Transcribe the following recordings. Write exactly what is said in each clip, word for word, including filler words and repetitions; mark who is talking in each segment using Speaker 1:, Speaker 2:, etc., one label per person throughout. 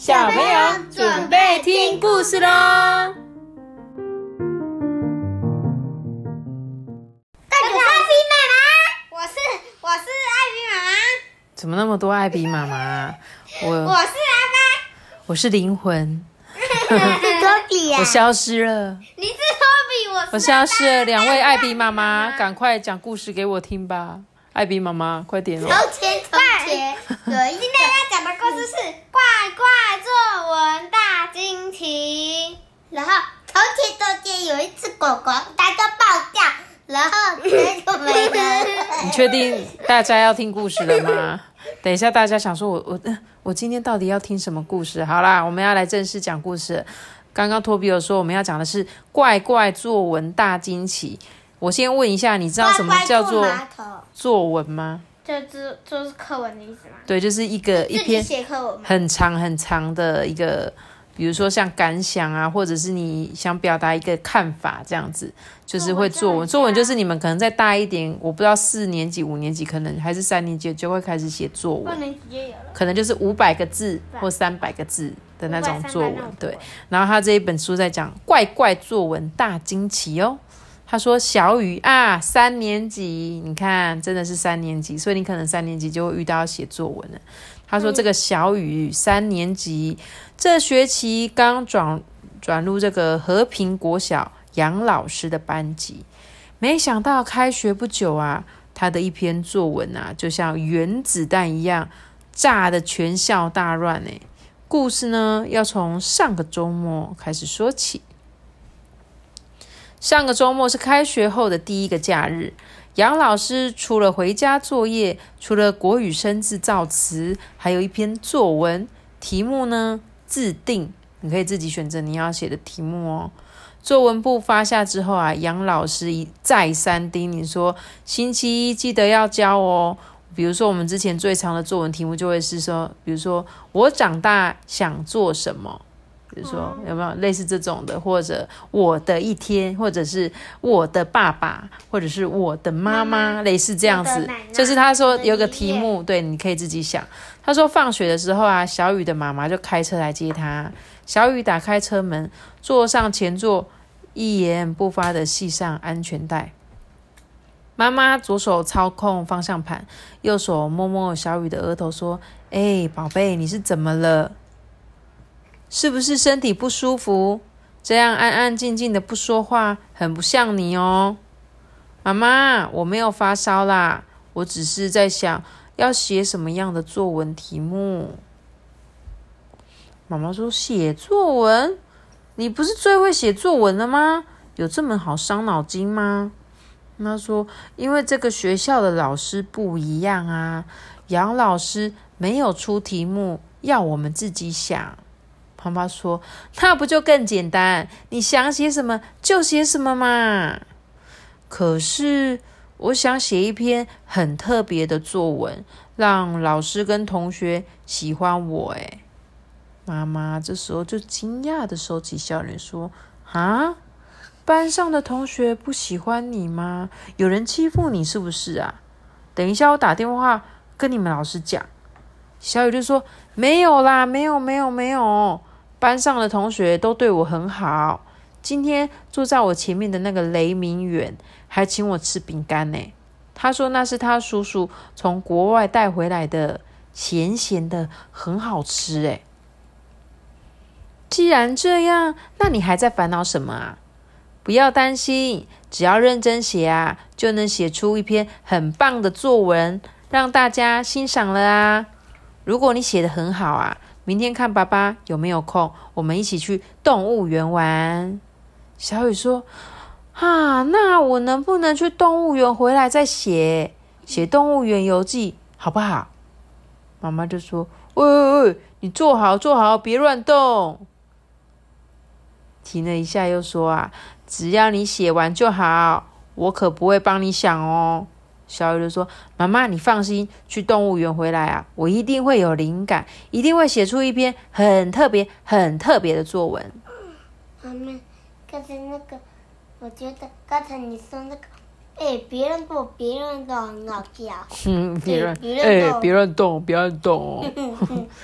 Speaker 1: 小朋友准备听故事咯。
Speaker 2: 大家好，艾比妈妈，我是我是艾比妈妈。
Speaker 1: 怎么那么多艾比妈妈？我
Speaker 2: 我是阿爸，
Speaker 1: 我是灵魂，
Speaker 2: 我是托比呀，
Speaker 1: 我消失了。
Speaker 2: 你是托比，我是
Speaker 1: 我消失了，两位艾比妈妈，赶快讲故事给我听吧！艾比妈妈，快点哦！
Speaker 2: 从前从前有一今天要讲的故事是怪怪作文大惊奇。然后从前从前有一只狗狗，它就爆掉，然后它就没了。
Speaker 1: 你确定大家要听故事了吗？等一下大家想说我我我今天到底要听什么故事？好啦，我们要来正式讲故事。刚刚托比有说我们要讲的是怪怪作文大惊奇。我先问一下，你知道什么叫做作文吗？
Speaker 2: 就是就是课文的意思吗？
Speaker 1: 对，就是一个一篇
Speaker 2: 写课文
Speaker 1: 很长很长的一个，比如说像感想啊，或者是你想表达一个看法这样子，就是会作文。作文就是你们可能再大一点，我不知道四年级、五年级，可能还是三年级就会开始写作文。
Speaker 2: 二年级就有了，
Speaker 1: 可能就是五百个字或三百个字的那种作文。对，然后他这一本书在讲怪怪作文大惊奇哦。他说小雨啊，三年级，你看真的是三年级，所以你可能三年级就会遇到要写作文了。他说这个小雨三年级，这学期刚转转入这个和平国小杨老师的班级，没想到开学不久啊，他的一篇作文啊，就像原子弹一样，炸得全校大乱欸。故事呢，要从上个周末开始说起。上个周末是开学后的第一个假日，杨老师除了回家作业，除了国语生字造词，还有一篇作文，题目呢自定，你可以自己选择你要写的题目哦。作文簿发下之后啊，杨老师一再三叮咛说，星期一记得要交哦。比如说我们之前最长的作文题目就会是说，比如说我长大想做什么，比如说有没有类似这种的，或者我的一天，或者是我的爸爸，或者是我的妈妈，类似这样子。就是他说有个题目，对，你可以自己想。他说放学的时候啊，小雨的妈妈就开车来接他。小雨打开车门，坐上前座，一言不发的系上安全带。妈妈左手操控方向盘，右手摸摸小雨的额头说，哎，宝贝，你是怎么了？是不是身体不舒服？这样安安静静的不说话，很不像你哦。妈妈，我没有发烧啦，我只是在想要写什么样的作文题目。妈妈说，写作文？你不是最会写作文了吗？有这么好伤脑筋吗？他说，因为这个学校的老师不一样啊，杨老师没有出题目，要我们自己想。妈妈说，那不就更简单，你想写什么就写什么嘛。可是我想写一篇很特别的作文，让老师跟同学喜欢我耶。妈妈这时候就惊讶的收起笑脸说，啊，班上的同学不喜欢你吗？有人欺负你是不是啊？等一下我打电话跟你们老师讲。小雨就说，没有啦，没有没有没有，班上的同学都对我很好，今天坐在我前面的那个雷明远还请我吃饼干呢。他说那是他叔叔从国外带回来的，咸咸的，很好吃诶。既然这样，那你还在烦恼什么啊？不要担心，只要认真写啊，就能写出一篇很棒的作文，让大家欣赏了啊。如果你写得很好啊，明天看爸爸有没有空，我们一起去动物园玩。小雨说，啊，那我能不能去动物园回来再写写动物园游记好不好？妈妈就说，喂喂喂，你坐好坐好，别乱动。停了一下又说啊，只要你写完就好，我可不会帮你想哦。小雨就说，妈妈你放心，去动物园回来啊，我一定会有灵感，一定会写出一篇很特别很特别的作文。
Speaker 2: 妈妈，刚才那个，我觉得刚才你说那个，哎，别乱动，别乱动，很好笑。
Speaker 1: 嗯，别乱，哎，别乱动，别乱动。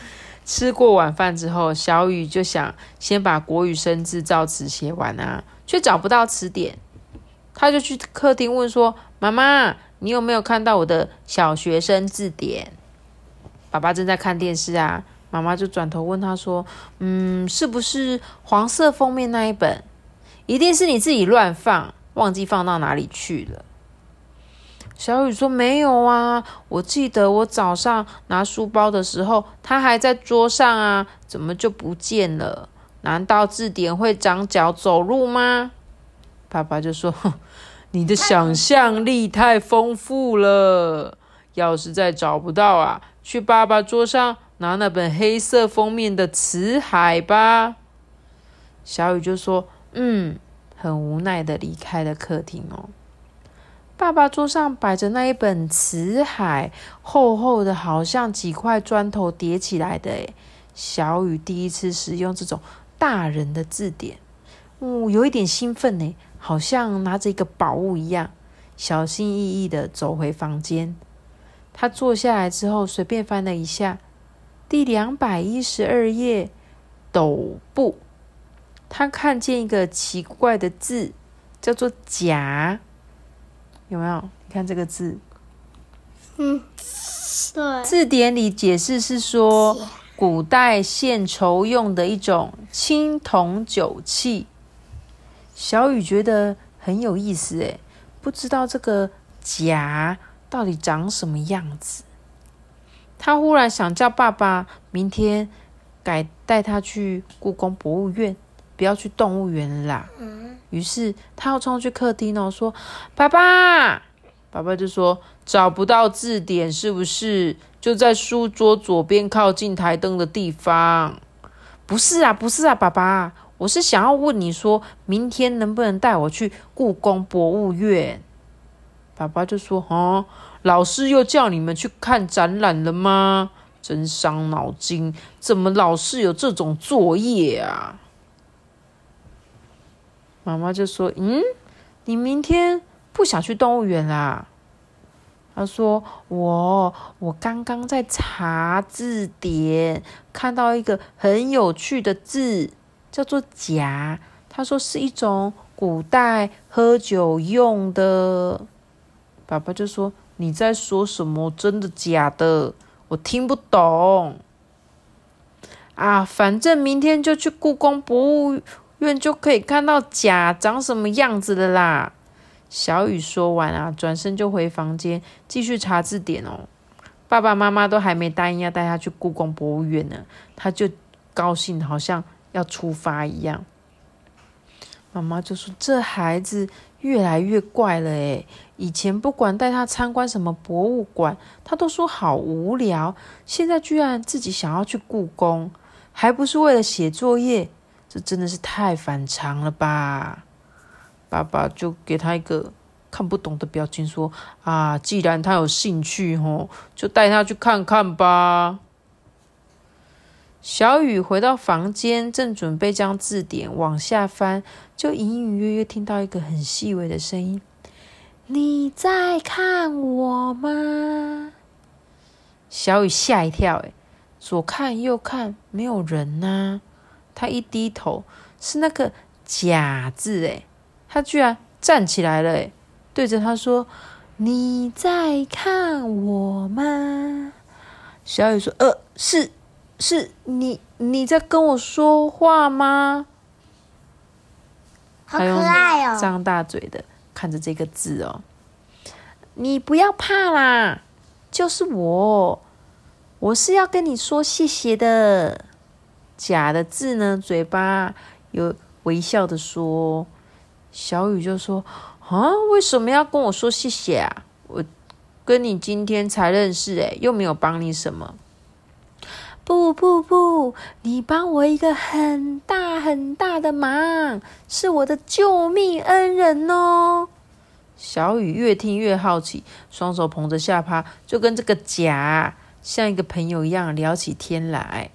Speaker 1: 吃过晚饭之后，小雨就想先把国语生字造词写完啊，却找不到词典。他就去客厅问说：妈妈，你有没有看到我的小学生字典？爸爸正在看电视啊，妈妈就转头问他说：嗯，是不是黄色封面那一本？一定是你自己乱放，忘记放到哪里去了。小雨说：没有啊，我记得我早上拿书包的时候，它还在桌上啊，怎么就不见了？难道字典会长脚走路吗？爸爸就说：你的想象力太丰富了，要是再找不到啊，去爸爸桌上拿那本黑色封面的词海吧。小雨就说：嗯，很无奈的离开了客厅哦。爸爸桌上摆着那一本词海，厚厚的，好像几块砖头叠起来的诶。小雨第一次使用这种大人的字典，嗯，有一点兴奋呢，好像拿着一个宝物一样，小心翼翼的走回房间。他坐下来之后，随便翻了一下，第两百一十二页，斗部。他看见一个奇怪的字，叫做甲。有没有？你看这个字。
Speaker 2: 嗯，对。
Speaker 1: 字典里解释是说，古代献酬用的一种青铜酒器。小雨觉得很有意思诶，不知道这个甲到底长什么样子。他忽然想叫爸爸明天改带他去故宫博物院，不要去动物园了啦。嗯。于是他要冲去客厅哦，说：爸爸！爸爸就说：找不到字典是不是？就在书桌左边靠近台灯的地方。不是啊，不是啊，爸爸，我是想要问你说，明天能不能带我去故宫博物院？爸爸就说：哦，老师又叫你们去看展览了吗？真伤脑筋，怎么老是有这种作业啊？妈妈就说：嗯，你明天不想去动物园啦？他说：我我刚刚在查字典，看到一个很有趣的字，叫做甲。他说是一种古代喝酒用的。爸爸就说：你在说什么？真的假的？我听不懂。啊，反正明天就去故宫博物院就可以看到甲长什么样子的啦。小雨说完啊，转身就回房间继续查字典哦。爸爸妈妈都还没答应要带他去故宫博物院呢，他就高兴好像要出发一样。妈妈就说：这孩子越来越怪了诶，以前不管带他参观什么博物馆，他都说好无聊，现在居然自己想要去故宫，还不是为了写作业，这真的是太反常了吧。爸爸就给他一个看不懂的表情说：啊，既然他有兴趣吼，就带他去看看吧。小雨回到房间，正准备将字典往下翻，就隐隐约约听到一个很细微的声音：你在看我吗？小雨吓一跳，诶，左看右看，没有人啊。他一低头，是那个甲字，诶，他居然站起来了，诶，对着他说：你在看我吗？小雨说：呃，是是你你在跟我说话吗？
Speaker 2: 好可爱哦！
Speaker 1: 张大嘴的看着这个字哦。你不要怕啦，就是我，我是要跟你说谢谢的。甲的字呢，嘴巴有微笑的说。小雨就说：啊，为什么要跟我说谢谢啊？我跟你今天才认识，诶，又没有帮你什么。不不不，你帮我一个很大很大的忙，是我的救命恩人哦。小雨越听越好奇，双手捧着下巴，就跟这个甲像一个朋友一样聊起天来。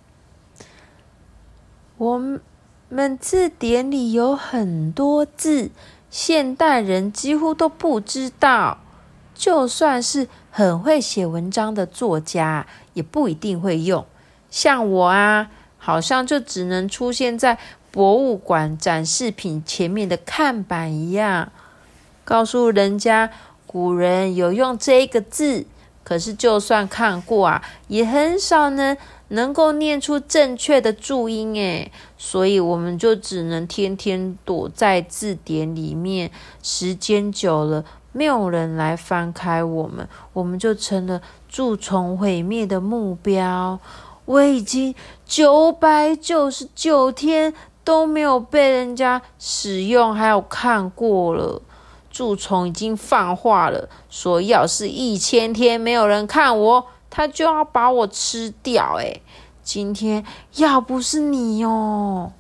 Speaker 1: 我们字典里有很多字，现代人几乎都不知道，就算是很会写文章的作家，也不一定会用。 像我啊，好像就只能出现在博物馆展示品前面的看板一样，告诉人家古人有用这个字，可是就算看过啊，也很少能能够念出正确的注音诶，所以我们就只能天天躲在字典里面，时间久了，没有人来翻开我们，我们就成了蛀虫毁灭的目标。我已经九百九十九天都没有被人家使用还有看过了，蛀虫已经放话了，说要是一千天没有人看我，他就要把我吃掉。诶，今天要不是你哦，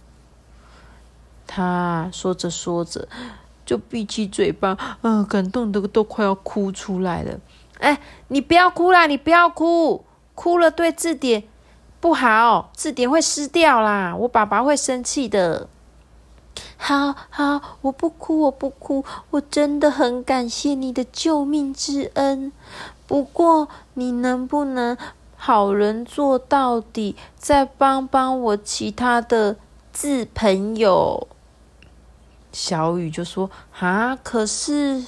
Speaker 1: 他说着说着就闭起嘴巴，呃，感动的都快要哭出来了。哎，你不要哭啦，你不要哭，哭了对字典不好，字典会湿掉啦，我爸爸会生气的。好好，我不哭，我不哭，我真的很感谢你的救命之恩。不过，你能不能好人做到底，再帮帮我其他的字朋友？小雨就说：啊，可是……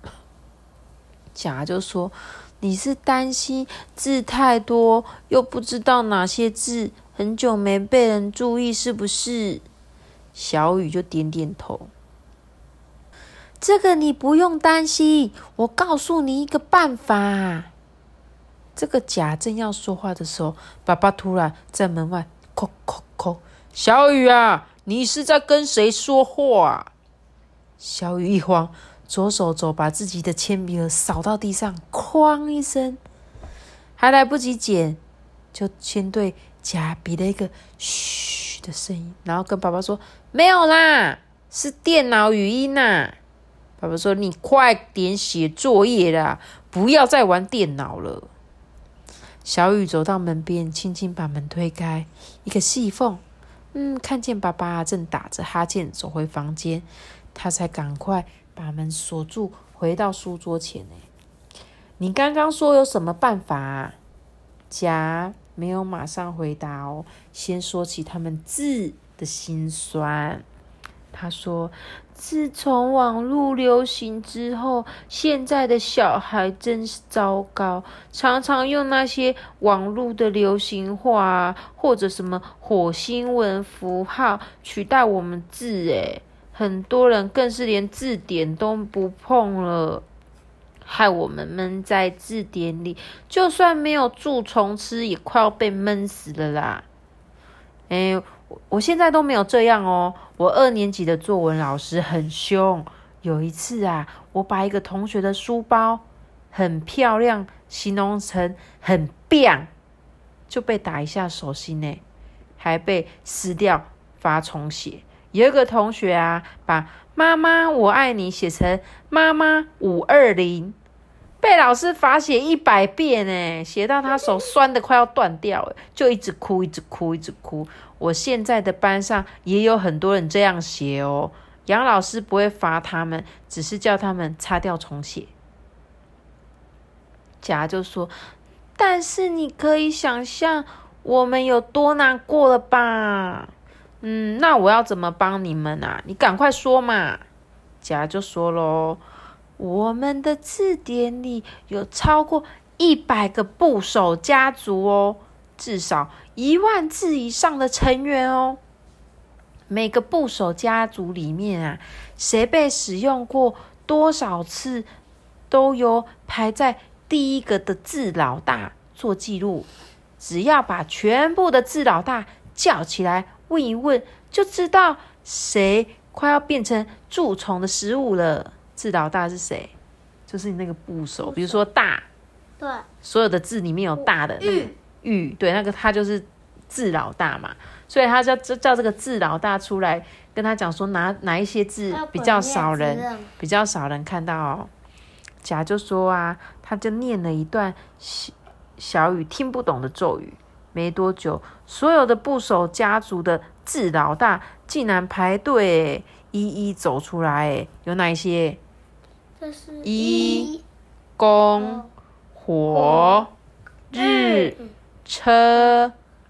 Speaker 1: 甲就说：你是担心字太多，又不知道哪些字很久没被人注意，是不是？小雨就点点头。这个你不用担心，我告诉你一个办法。这个甲正要说话的时候，爸爸突然在门外叩叩叩：小雨啊，你是在跟谁说话？小雨一慌，左手肘把自己的铅笔盒扫到地上，哐一声，还来不及捡，就先对甲比了一个嘘的声音，然后跟爸爸说：没有啦，是电脑语音啦。爸爸说：你快点写作业啦，不要再玩电脑了。小雨走到门边，轻轻把门推开，一个细缝，嗯，看见爸爸正打着哈欠走回房间，他才赶快把门锁住，回到书桌前。你刚刚说有什么办法啊？甲没有马上回答哦，先说起他们字的辛酸。他说，自从网络流行之后，现在的小孩真是糟糕，常常用那些网络的流行话啊，或者什么火星文符号取代我们字诶，很多人更是连字典都不碰了，害我们闷在字典里，就算没有蛀虫吃，也快要被闷死了啦。诶，我现在都没有这样哦。我二年级的作文老师很凶，有一次啊，我把一个同学的书包很漂亮形容成很棒，就被打一下手心呢，还被撕掉罚重写。有一个同学啊，把妈妈我爱你写成妈妈五二零，被老师罚写一百遍耶，写到他手酸的快要断掉耶，就一直哭一直哭一直哭。我现在的班上也有很多人这样写哦，杨老师不会罚他们，只是叫他们擦掉重写。甲就说，但是你可以想象我们有多难过了吧？嗯，那我要怎么帮你们啊？你赶快说嘛。甲就说咯，我们的字典里有超过一百个部首家族哦，至少一万字以上的成员哦。每个部首家族里面啊，谁被使用过多少次，都由排在第一个的字老大做记录。只要把全部的字老大叫起来问一问，就知道谁快要变成蛀虫的食物了。字老大是谁？就是你那个部首，比如说大，
Speaker 2: 对，
Speaker 1: 所有的字里面有大的那个玉，对，那个他就是字老大嘛，所以他叫叫这个字老大出来，跟他讲说哪哪一些字比较少人比较少人看到哦。甲就说啊，他就念了一段小小雨听不懂的咒语，没多久，所有的部首家族的字老大竟然排队一一走出来，有哪一些？
Speaker 2: 这是
Speaker 1: 一、公、火、日、车、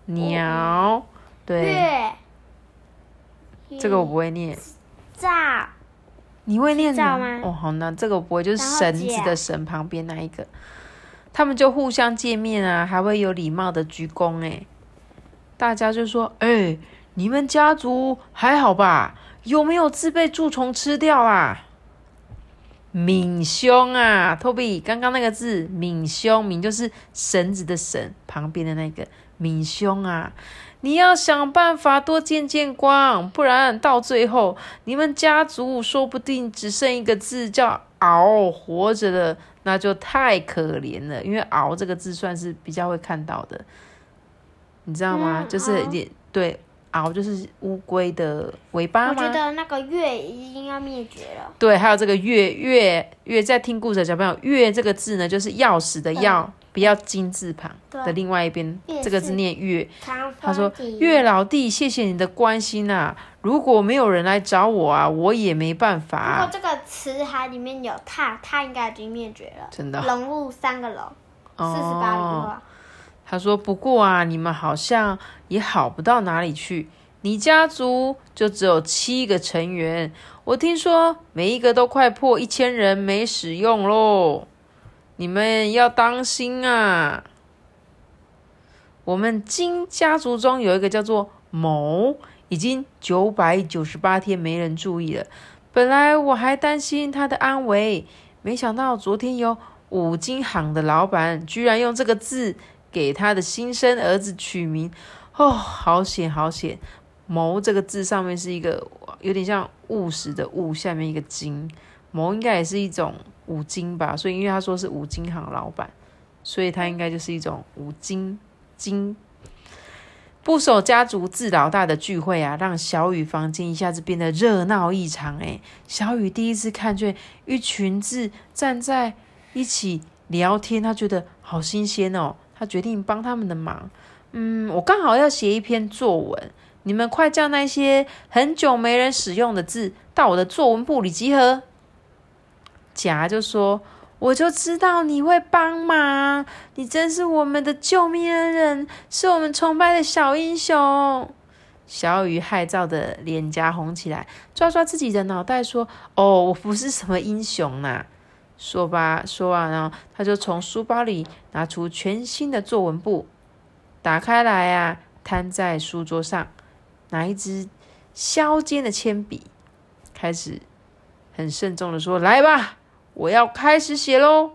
Speaker 1: 鸟，对，
Speaker 2: 月，
Speaker 1: 这个我不会念。
Speaker 2: 照，
Speaker 1: 你会念
Speaker 2: 照吗？
Speaker 1: 哦，好，那这个我不会，就是
Speaker 2: 然后
Speaker 1: 绳子的绳旁边那一个。他们就互相见面啊，还会有礼貌的鞠躬哎。大家就说：“哎、欸，你们家族还好吧？有没有字被蛀虫吃掉啊？”敏凶啊 ，Toby， 刚刚那个字敏凶，敏就是绳子的绳旁边的那个敏凶啊。你要想办法多见见光，不然到最后你们家族说不定只剩一个字叫敖活着了，那就太可怜了。因为敖这个字算是比较会看到的，你知道吗？嗯、就是也对，敖就是乌龟的尾巴吗？
Speaker 2: 我觉得那个月已经要灭绝了。
Speaker 1: 对，还有这个月月月，在听故事的小朋友，月这个字呢，就是钥匙的钥。嗯不要金字旁的另外一边，这个字念月。他说：“月老弟，谢谢你的关心啊！如果没有人来找我啊，我也没办法、啊。”
Speaker 2: 如果这个词海里面有它，它应该已经灭绝了。
Speaker 1: 真的，
Speaker 2: 龙入三个龙，四十八里话。
Speaker 1: 他说：“不过啊，你们好像也好不到哪里去。你家族就只有七个成员，我听说每一个都快破一千人没使用咯。你们要当心啊！我们金家族中有一个叫做某，已经九百九十八天没人注意了。本来我还担心他的安危，没想到昨天有五金行的老板居然用这个字给他的新生儿子取名。哦，好险好险！某这个字上面是一个有点像务实的务，下面一个金。某应该也是一种五金吧，所以因为他说是五金行老板，所以他应该就是一种五金金。部首家族自老大的聚会啊，让小雨房间一下子变得热闹异常哎。小雨第一次看见一群字站在一起聊天，他觉得好新鲜哦，他决定帮他们的忙。嗯，我刚好要写一篇作文，你们快叫那些很久没人使用的字到我的作文簿里集合。甲就说：“我就知道你会帮忙，你真是我们的救命恩人，是我们崇拜的小英雄。”小雨害臊的脸颊红起来，抓抓自己的脑袋说：“哦，我不是什么英雄啦。”说吧，说完了，他就从书包里拿出全新的作文簿，打开来啊，摊在书桌上，拿一支削尖的铅笔，开始很慎重的说：“来吧。”我要开始写咯。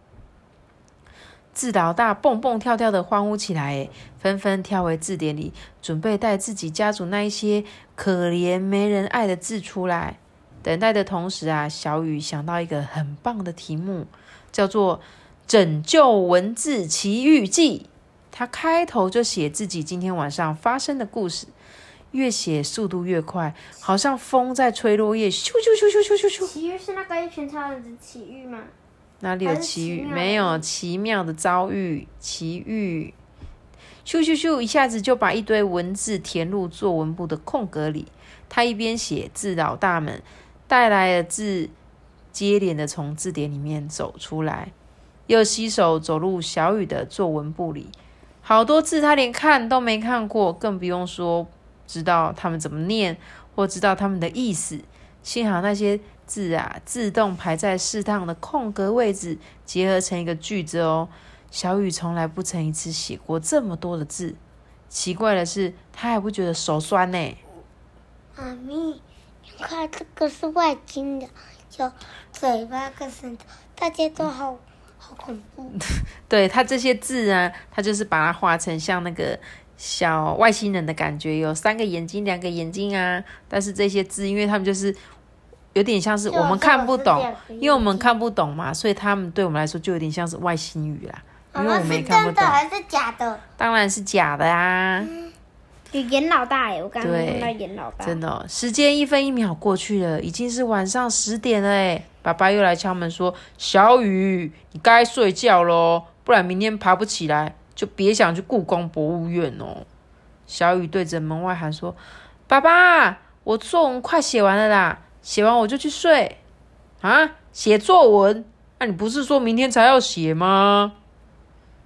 Speaker 1: 字老大蹦蹦跳跳的欢呼起来，纷纷跳回字典里，准备带自己家族那一些可怜没人爱的字出来。等待的同时啊，小雨想到一个很棒的题目，叫做《拯救文字奇遇记》。他开头就写自己今天晚上发生的故事，越写速度越快，好像风在吹落叶，咻咻咻咻咻咻咻。
Speaker 2: 奇遇是那个一群超人的奇遇吗？
Speaker 1: 哪里有奇遇？没有，奇妙的遭遇，奇遇。咻咻咻，一下子就把一堆文字填入作文簿的空格里。他一边写，字老大们带来的字接连的从字典里面走出来，又洗手走入小雨的作文簿里。好多字他连看都没看过，更不用说知道他们怎么念，或知道他们的意思。幸好那些字啊，自动排在适当的空格位置，结合成一个句子哦。小雨从来不曾一次写过这么多的字，奇怪的是，他还不觉得手酸呢。
Speaker 2: 妈咪，你看这个是外星的，有嘴巴跟身体，大家都好好恐怖。
Speaker 1: 对，他这些字啊，他就是把它画成像那个小外星人的感觉，有三个眼睛、两个眼睛啊。但是这些字，因为他们就是有点像是我们看不懂，因为我们看不懂嘛，所以他们对我们来说就有点像是外星语啦。因为我们也看不懂。是真的
Speaker 2: 还是假的？
Speaker 1: 当然是假的啊。
Speaker 2: 嗯，有严老大耶，我刚刚看到严老大。
Speaker 1: 真的哦，时间一分一秒过去了，已经是晚上十点了哎。爸爸又来敲门说：“小雨，你该睡觉咯，不然明天爬不起来，就别想去故宫博物院哦。”小雨对着门外喊说：“爸爸，我作文快写完了啦，写完我就去睡。”啊，写作文？那、啊、你不是说明天才要写吗？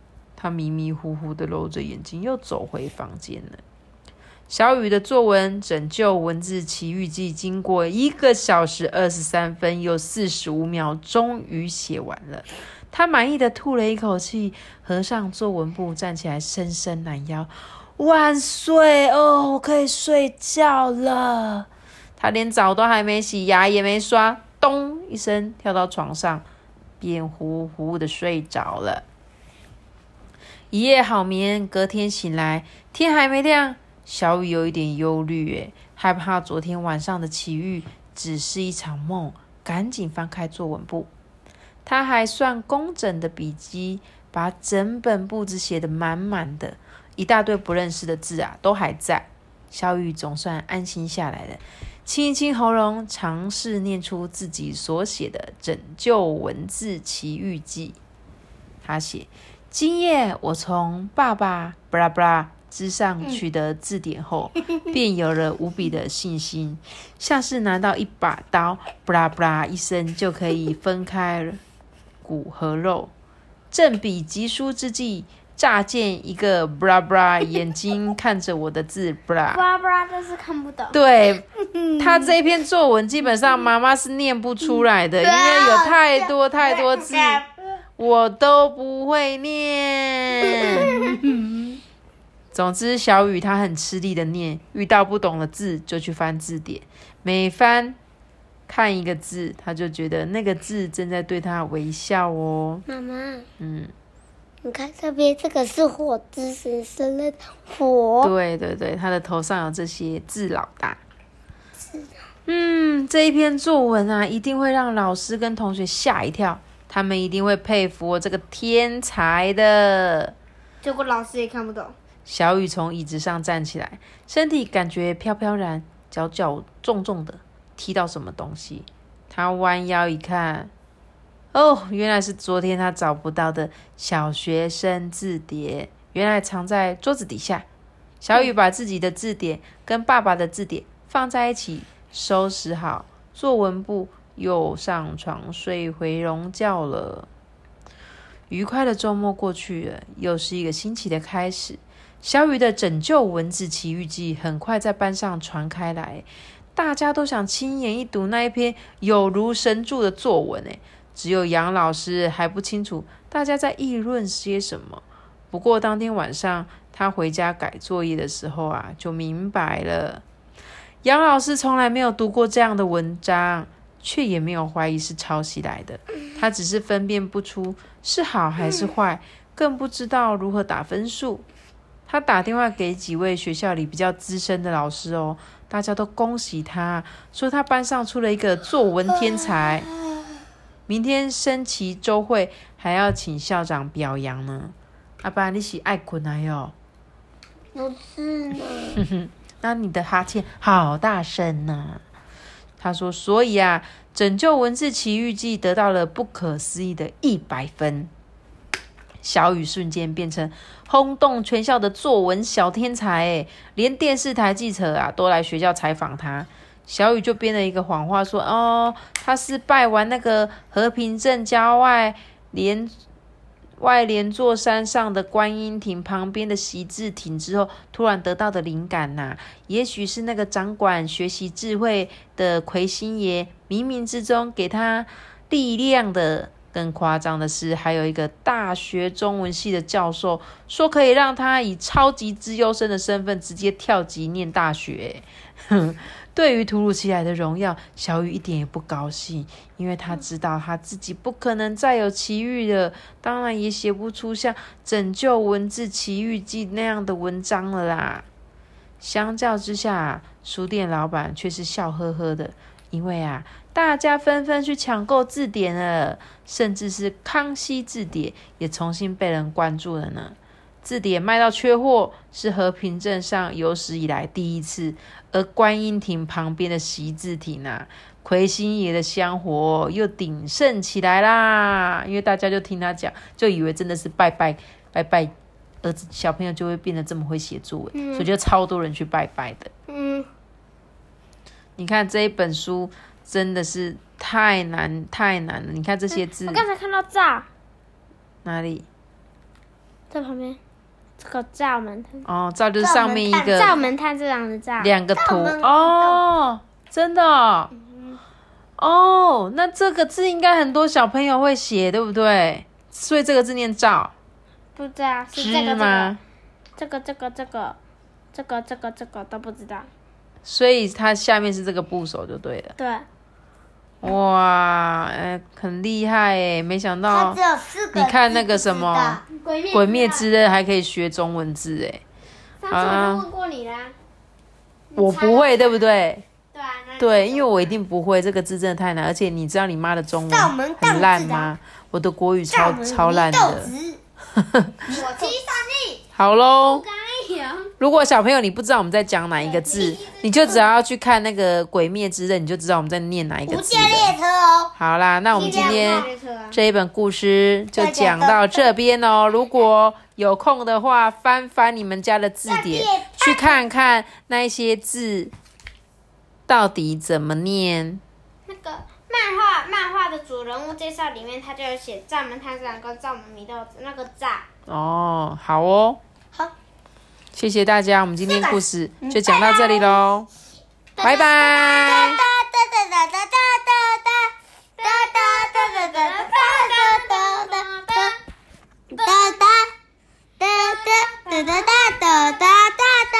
Speaker 1: 他迷迷糊糊的揉着眼睛，又走回房间了。小雨的作文《拯救文字奇遇记》经过一个小时二十三分又四十五秒，终于写完了。他满意的吐了一口气，合上作文簿，站起来伸伸懒腰。万岁哦，我可以睡觉了。他连澡都还没洗，牙也没刷，咚一声跳到床上，便呼呼的睡着了。一夜好眠，隔天醒来，天还没亮。小雨有一点忧虑，诶，害怕昨天晚上的奇遇只是一场梦，赶紧翻开作文簿。他还算工整的笔记，把整本簿子写得满满的，一大堆不认识的字啊，都还在。小雨总算安心下来了，清一清喉咙，尝试念出自己所写的《拯救文字奇遇记》。他写：今夜我从爸爸布拉布拉之上取得字典后，便有了无比的信心，像是拿到一把刀，布拉布拉一声就可以分开骨和肉。正比疾书之际，乍见一个布拉布拉眼睛看着我的字，布拉
Speaker 2: 布拉布拉就是看不懂。
Speaker 1: 对，他这篇作文基本上妈妈是念不出来的，因为有太多太多字，我都不会念。总之，小雨他很吃力的念，遇到不懂的字就去翻字典，每翻看一个字，他就觉得那个字正在对他微笑哦。
Speaker 2: 妈妈，
Speaker 1: 嗯，
Speaker 2: 你看这边这个是火之神生日火。
Speaker 1: 对对对，他的头上有这些字老大。嗯，这一篇作文啊，一定会让老师跟同学吓一跳，他们一定会佩服我这个天才的。
Speaker 2: 结果老师也看不懂。
Speaker 1: 小雨从椅子上站起来，身体感觉飘飘然，脚脚重重的踢到什么东西。他弯腰一看，哦，原来是昨天他找不到的小学生字典，原来藏在桌子底下。小雨把自己的字典跟爸爸的字典放在一起，收拾好作文簿，又上床睡回笼觉了。愉快的周末过去了，又是一个星期的开始。小雨的拯救文字奇遇记很快在班上传开来，大家都想亲眼一读那一篇有如神助的作文，只有杨老师还不清楚大家在议论些什么。不过当天晚上他回家改作业的时候啊，就明白了。杨老师从来没有读过这样的文章，却也没有怀疑是抄袭来的，他只是分辨不出是好还是坏，更不知道如何打分数。他打电话给几位学校里比较资深的老师哦，大家都恭喜他，说他班上出了一个作文天才。明天升旗周会还要请校长表扬呢。阿爸，你是爱困来哟？
Speaker 2: 不是呢。
Speaker 1: 那你的哈欠好大声呢、啊。他说，所以啊，拯救文字奇遇记得到了不可思议的一百分。小雨瞬间变成轰动全校的作文小天才，诶，连电视台记者啊都来学校采访他。小雨就编了一个谎话说，哦，他是拜完那个和平镇郊外连外连座山上的观音亭旁边的习字亭之后，突然得到的灵感呐、啊，也许是那个掌管学习智慧的魁星爷冥冥之中给他力量的。更夸张的是，还有一个大学中文系的教授说，可以让他以超级资优生的身份直接跳级念大学。对于突如其来的荣耀，小雨一点也不高兴，因为他知道他自己不可能再有奇遇了，当然也写不出像《拯救文字奇遇记》那样的文章了啦。相较之下，书店老板却是笑呵呵的，因为啊，大家纷纷去抢购字典了，甚至是康熙字典也重新被人关注了呢。字典卖到缺货，是和平镇上有史以来第一次。而观音亭旁边的习字亭啊，魁星爷的香火又鼎盛起来啦。因为大家就听他讲，就以为真的是拜拜拜拜，儿子小朋友就会变得这么会写作文、嗯，所以就超多人去拜拜的。嗯，你看这一本书真的是太难太难了。你看这些字，
Speaker 2: 我刚才看到炸，
Speaker 1: 哪里？
Speaker 3: 这旁边这个灶门探
Speaker 1: 哦，灶就是上面一个
Speaker 3: 灶门探这样的灶，
Speaker 1: 两个图
Speaker 2: 门
Speaker 1: 哦，真的哦。哦，那这个字应该很多小朋友会写，对不对？所以这个字念灶，
Speaker 3: 不知道是这个
Speaker 1: 知吗？
Speaker 3: 这个这个这个这个这个这个都不知道。
Speaker 1: 所以它下面是这个部首就对了。
Speaker 3: 对，
Speaker 1: 哇，哎，很厉害哎！没想
Speaker 2: 它
Speaker 1: 到
Speaker 2: 只有四个。
Speaker 1: 你看那个什么
Speaker 3: 鬼灭
Speaker 1: 《鬼灭之刃》还可以学中文字哎。
Speaker 3: 上次我就问过你啦。
Speaker 1: 我不会，对不对？
Speaker 3: 对啊，那
Speaker 1: 对，因为我一定不会，这个字真的太难，而且你知道你妈的中
Speaker 2: 灶门
Speaker 1: 文很烂吗？我的国语超超烂的。
Speaker 2: 我七上力。
Speaker 1: 好喽，
Speaker 3: 该有。
Speaker 1: 如果小朋友你不知道我们在讲哪一个字，你就只要去看那个《鬼灭之刃》，你就知道我们在念哪一个
Speaker 2: 无
Speaker 1: 字了。
Speaker 2: 间列车哦。
Speaker 1: 好啦，那我们今天
Speaker 3: 列车啊
Speaker 1: 这一本故事就讲到这边哦。如果有空的话，翻翻你们家的字典，去看看那些字到底怎么念。
Speaker 3: 那个漫画漫画的主人物介绍里面，他就有写灶门探长跟灶门祢豆子那个灶。
Speaker 1: 哦，好哦，
Speaker 2: 好，
Speaker 1: 谢谢大家，我们今天故事就讲到这里喽，拜拜。